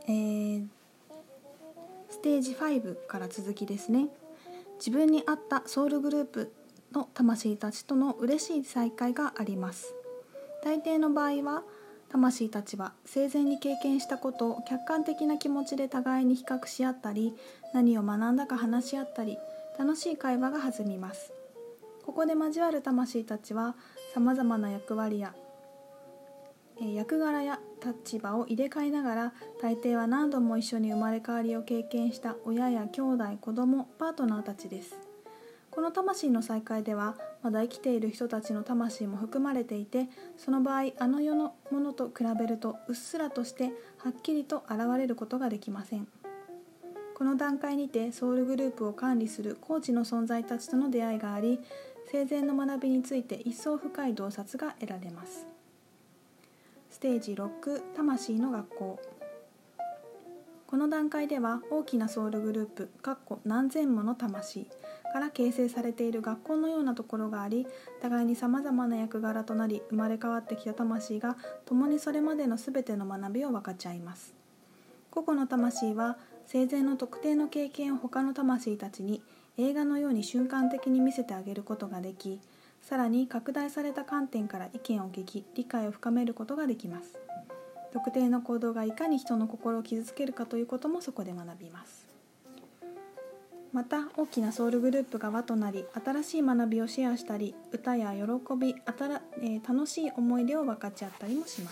ステージ5から続きですね。自分に合ったソウルグループの魂たちとの嬉しい再会があります。大抵の場合は魂たちは生前に経験したことを客観的な気持ちで互いに比較し合ったり、何を学んだか話し合ったり、楽しい会話が弾みます。ここで交わる魂たちはさまざまな役割や役柄や立場を入れ替えながら、大抵は何度も一緒に生まれ変わりを経験した親や兄弟、子供、パートナーたちです。この魂の再会ではまだ生きている人たちの魂も含まれていて、その場合あの世のものと比べるとうっすらとしてはっきりと現れることができません。この段階にてソウルグループを管理するコーチの存在たちとの出会いがあり、生前の学びについて一層深い洞察が得られます。ステージ6、魂の学校。この段階では大きなソウルグループ何千もの魂から形成されている学校のようなところがあり、互いにさまざまな役柄となり生まれ変わってきた魂が共にそれまでのすべての学びを分かち合います。個々の魂は生前の特定の経験を他の魂たちに映画のように瞬間的に見せてあげることができ、さらに拡大された観点から意見を聞き、理解を深めることができます。特定の行動がいかに人の心を傷つけるかということもそこで学びます。また大きなソウルグループが輪となり、新しい学びをシェアしたり、歌や喜び、楽しい思い出を分かち合ったりもします。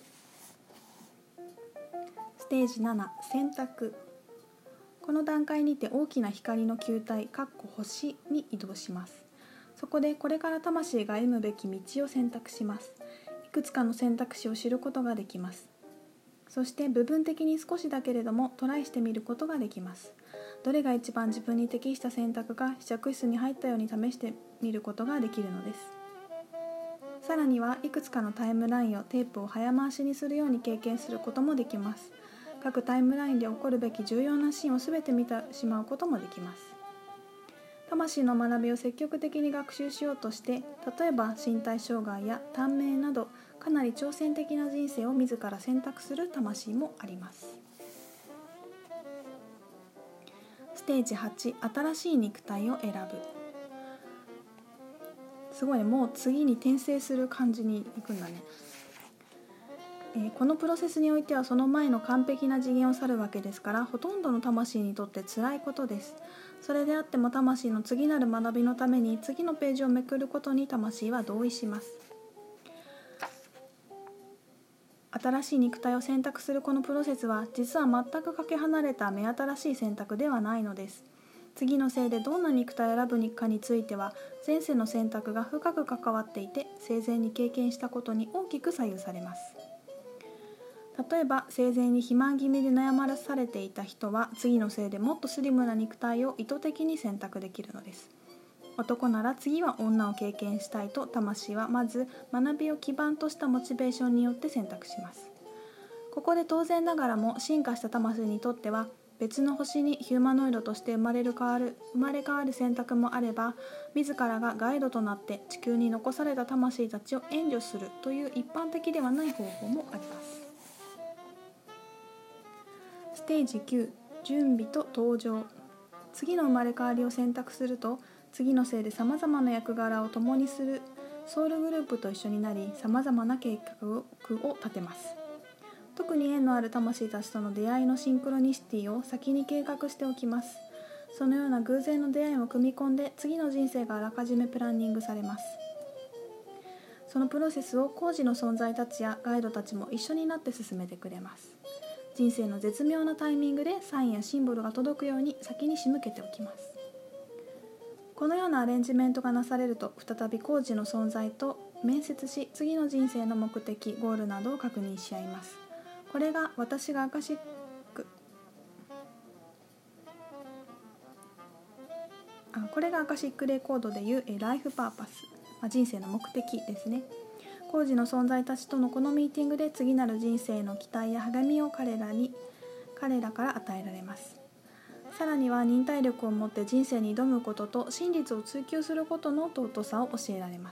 ステージ7、選択。この段階にて大きな光の球体星に移動します。そこでこれから魂が歩むべき道を選択します。いくつかの選択肢を知ることができます。そして部分的に少しだけれどもトライしてみることができます。どれが一番自分に適した選択か試着室に入ったように試してみることができるのです。さらにはいくつかのタイムラインをテープを早回しにするように経験することもできます。各タイムラインで起こるべき重要なシーンをすべて見てしまうこともできます。魂の学びを積極的に学習しようとして、例えば身体障害や短命などかなり挑戦的な人生を自ら選択する魂もあります。ステージ8、新しい肉体を選ぶ。すごいね、もう次に転生する感じにいくんだね。このプロセスにおいてはその前の完璧な次元を去るわけですから、ほとんどの魂にとって辛いことです。それであっても魂の次なる学びのために次のページをめくることに魂は同意します。新しい肉体を選択するこのプロセスは実は全くかけ離れた目新しい選択ではないのです。次の生でどんな肉体を選ぶかについては前世の選択が深く関わっていて、生前に経験したことに大きく左右されます。例えば生前に肥満気味で悩まされていた人は次の生でもっとスリムな肉体を意図的に選択できるのです。男なら次は女を経験したいと魂はまず学びを基盤としたモチベーションによって選択します。ここで当然ながらも進化した魂にとっては別の星にヒューマノイドとして生まれ変わる選択もあれば、自らがガイドとなって地球に残された魂たちを援助するという一般的ではない方法もあります。ステージ9、準備と登場。次の生まれ変わりを選択すると、次の生でさまざまな役柄を共にするソウルグループと一緒になり、さまざまな計画を立てます。特に縁のある魂たちとの出会いのシンクロニシティを先に計画しておきます。そのような偶然の出会いを組み込んで次の人生があらかじめプランニングされます。そのプロセスを工事の存在たちやガイドたちも一緒になって進めてくれます。人生の絶妙なタイミングでサインやシンボルが届くように先に仕向けておきます。このようなアレンジメントがなされると、再び工事の存在と面接し、次の人生の目的、ゴールなどを確認し合います。これが私がアカシックレコードでいうライフパーパス、人生の目的ですね。工事の存在たちとのこのミーティングで次なる人生の期待や励みを彼らから与えられます。さらには忍耐力を持って人生に挑むことと真実を追求することの尊さを教えられます。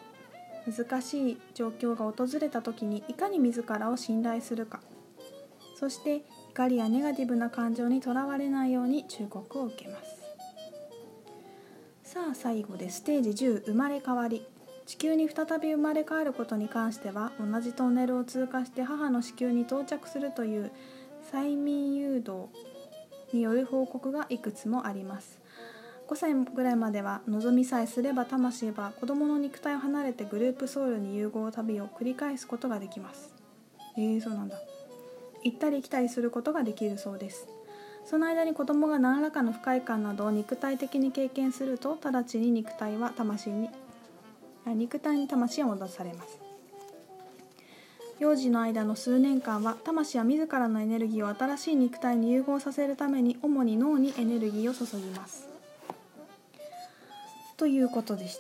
難しい状況が訪れた時にいかに自らを信頼するか、 そして怒りやネガティブな感情にとらわれないように忠告を受けます。さあ最後でステージ10、生まれ変わり。地球に再び生まれ変わることに関しては、同じトンネルを通過して母の子宮に到着するという催眠誘導による報告がいくつもあります。5歳ぐらいまでは望みさえすれば魂は子供の肉体を離れてグループソウルに融合旅を繰り返すことができます。そうなんだ。行ったり来たりすることができるそうです。その間に子供が何らかの不快感などを肉体的に経験すると、直ちに肉体に魂を戻されます。幼児の間の数年間は、魂は自らのエネルギーを新しい肉体に融合させるために主に脳にエネルギーを注ぎます。ということでした。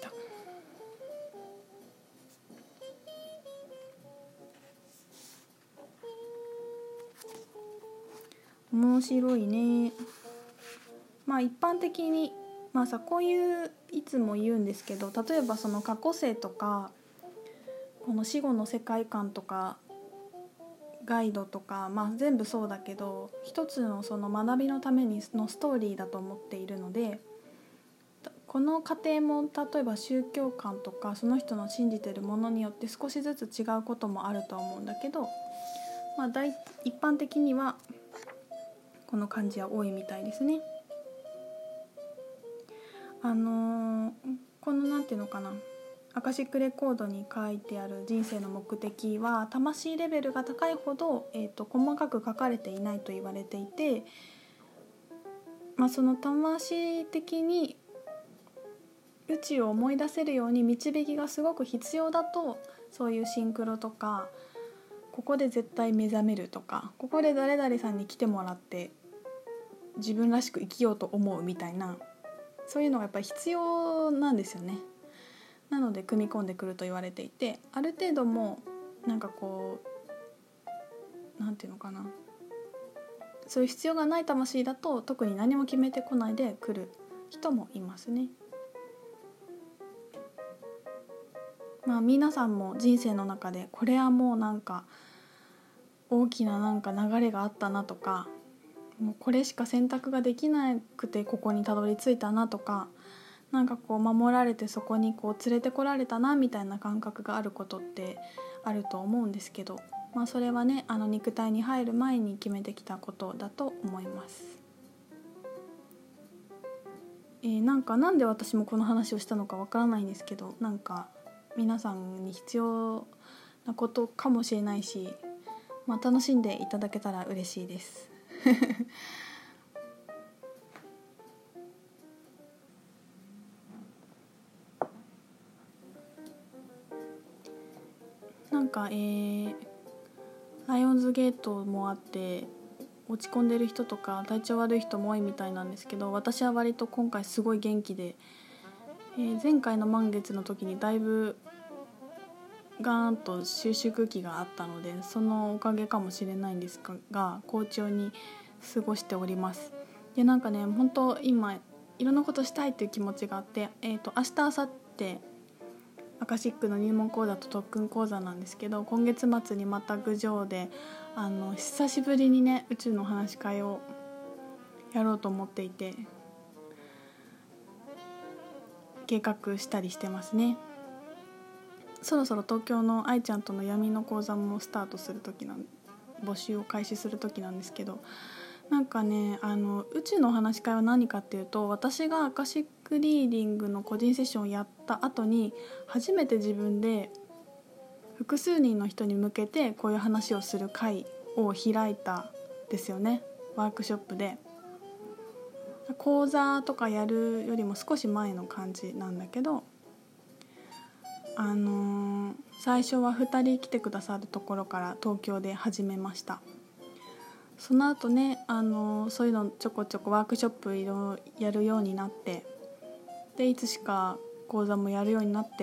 面白いね。一般的にこういういつも言うんですけど、例えばその過去世とかこの死後の世界観とかガイドとか、全部そうだけど、一つのその学びのためのストーリーだと思っているので、この過程も例えば宗教観とかその人の信じてるものによって少しずつ違うこともあるとは思うんだけど、一般的にはこの感じは多いみたいですね。このなんていうのかな、アカシックレコードに書いてある人生の目的は、魂レベルが高いほど、細かく書かれていないと言われていて、その魂的に宇宙を思い出せるように導きがすごく必要だと、そういうシンクロとか、ここで絶対目覚めるとか、ここで誰々さんに来てもらって自分らしく生きようと思うみたいな、そういうのがやっぱり必要なんですよね。なので組み込んでくると言われていて、ある程度もなんていうのかな、そういう必要がない魂だと特に何も決めてこないで来る人もいますね。皆さんも人生の中でこれはもう大きな流れがあったなとか、もうこれしか選択ができなくてここにたどり着いたなとか、守られてそこに連れてこられたなみたいな感覚があることってあると思うんですけど、それはね、肉体に入る前に決めてきたことだと思います。なんで私もこの話をしたのかわからないんですけど、皆さんに必要なことかもしれないし、楽しんでいただけたら嬉しいですライオンズゲートもあって落ち込んでる人とか体調悪い人も多いみたいなんですけど、私は割と今回すごい元気で、前回の満月の時にだいぶガーンと収縮期があったので、そのおかげかもしれないんですが、好調に過ごしております。で本当今いろんなことしたいっていう気持ちがあって、明日明後日アカシックの入門講座と特訓講座なんですけど、今月末にまた郡上で久しぶりにね、宇宙の話し会をやろうと思っていて、計画したりしてますね。そろそろ東京の愛ちゃんとの闇の講座もスタートする時募集を開始する時なんですけど、宇宙の話し会は何かっていうと、私がアカシックリーディングの個人セッションをやった後に初めて自分で複数人の人に向けてこういう話をする会を開いたんですよね。ワークショップで講座とかやるよりも少し前の感じなんだけど、最初は2人来てくださるところから東京で始めました。その後ね、そういうのちょこちょこワークショップやるようになって、でいつしか講座もやるようになって、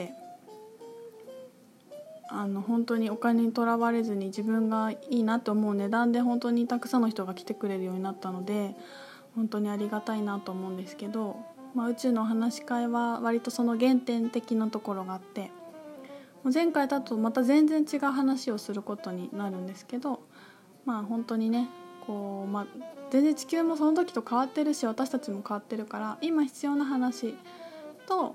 本当にお金にとらわれずに自分がいいなと思う値段で本当にたくさんの人が来てくれるようになったので、本当にありがたいなと思うんですけど、宇宙の話し会は割とその原点的なところがあって、前回だとまた全然違う話をすることになるんですけど、 本当にね全然地球もその時と変わってるし、私たちも変わってるから、今必要な話と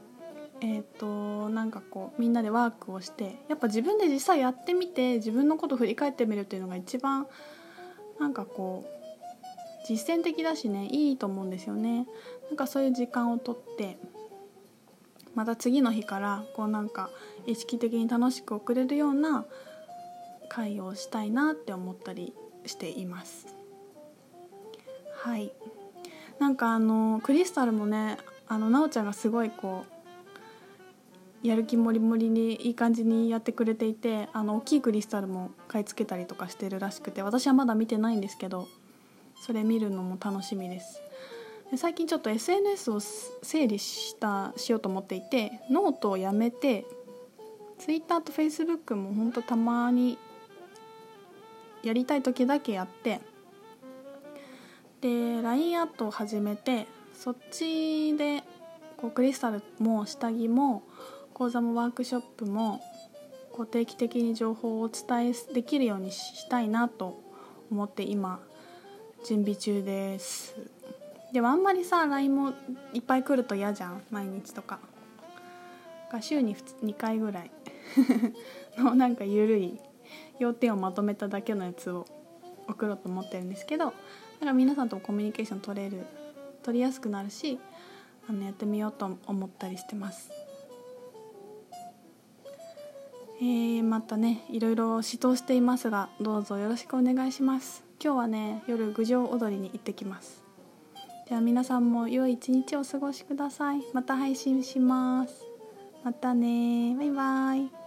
みんなでワークをして、やっぱ自分で実際やってみて自分のことを振り返ってみるっていうのが一番実践的だしね、いいと思うんですよね。そういう時間をとって、また次の日から意識的に楽しく送れるような会をしたいなって思ったりしています。はい。クリスタルもね、なおちゃんがすごいやる気もりもりにいい感じにやってくれていて、大きいクリスタルも買い付けたりとかしてるらしくて、私はまだ見てないんですけど、それ見るのも楽しみです。で、最近ちょっと SNS を整理しようと思っていて、ノートをやめて Twitter と Facebook もほんとたまにやりたい時だけやって、で LINE アットを始めて、そっちでクリスタルも下着も講座もワークショップも定期的に情報をお伝えできるようにしたいなと思って今準備中です。でもあんまりLINE もいっぱい来ると嫌じゃん、毎日とか。週に2回ぐらいのゆるい要点をまとめただけのやつを送ろうと思ってるんですけど、皆さんともコミュニケーション取りやすくなるし、やってみようと思ったりしてます。またね、いろいろ指導していますが、どうぞよろしくお願いします。今日はね、夜郡上踊りに行ってきます。では皆さんも良い一日をお過ごしください。また配信します。またね、バイバイ。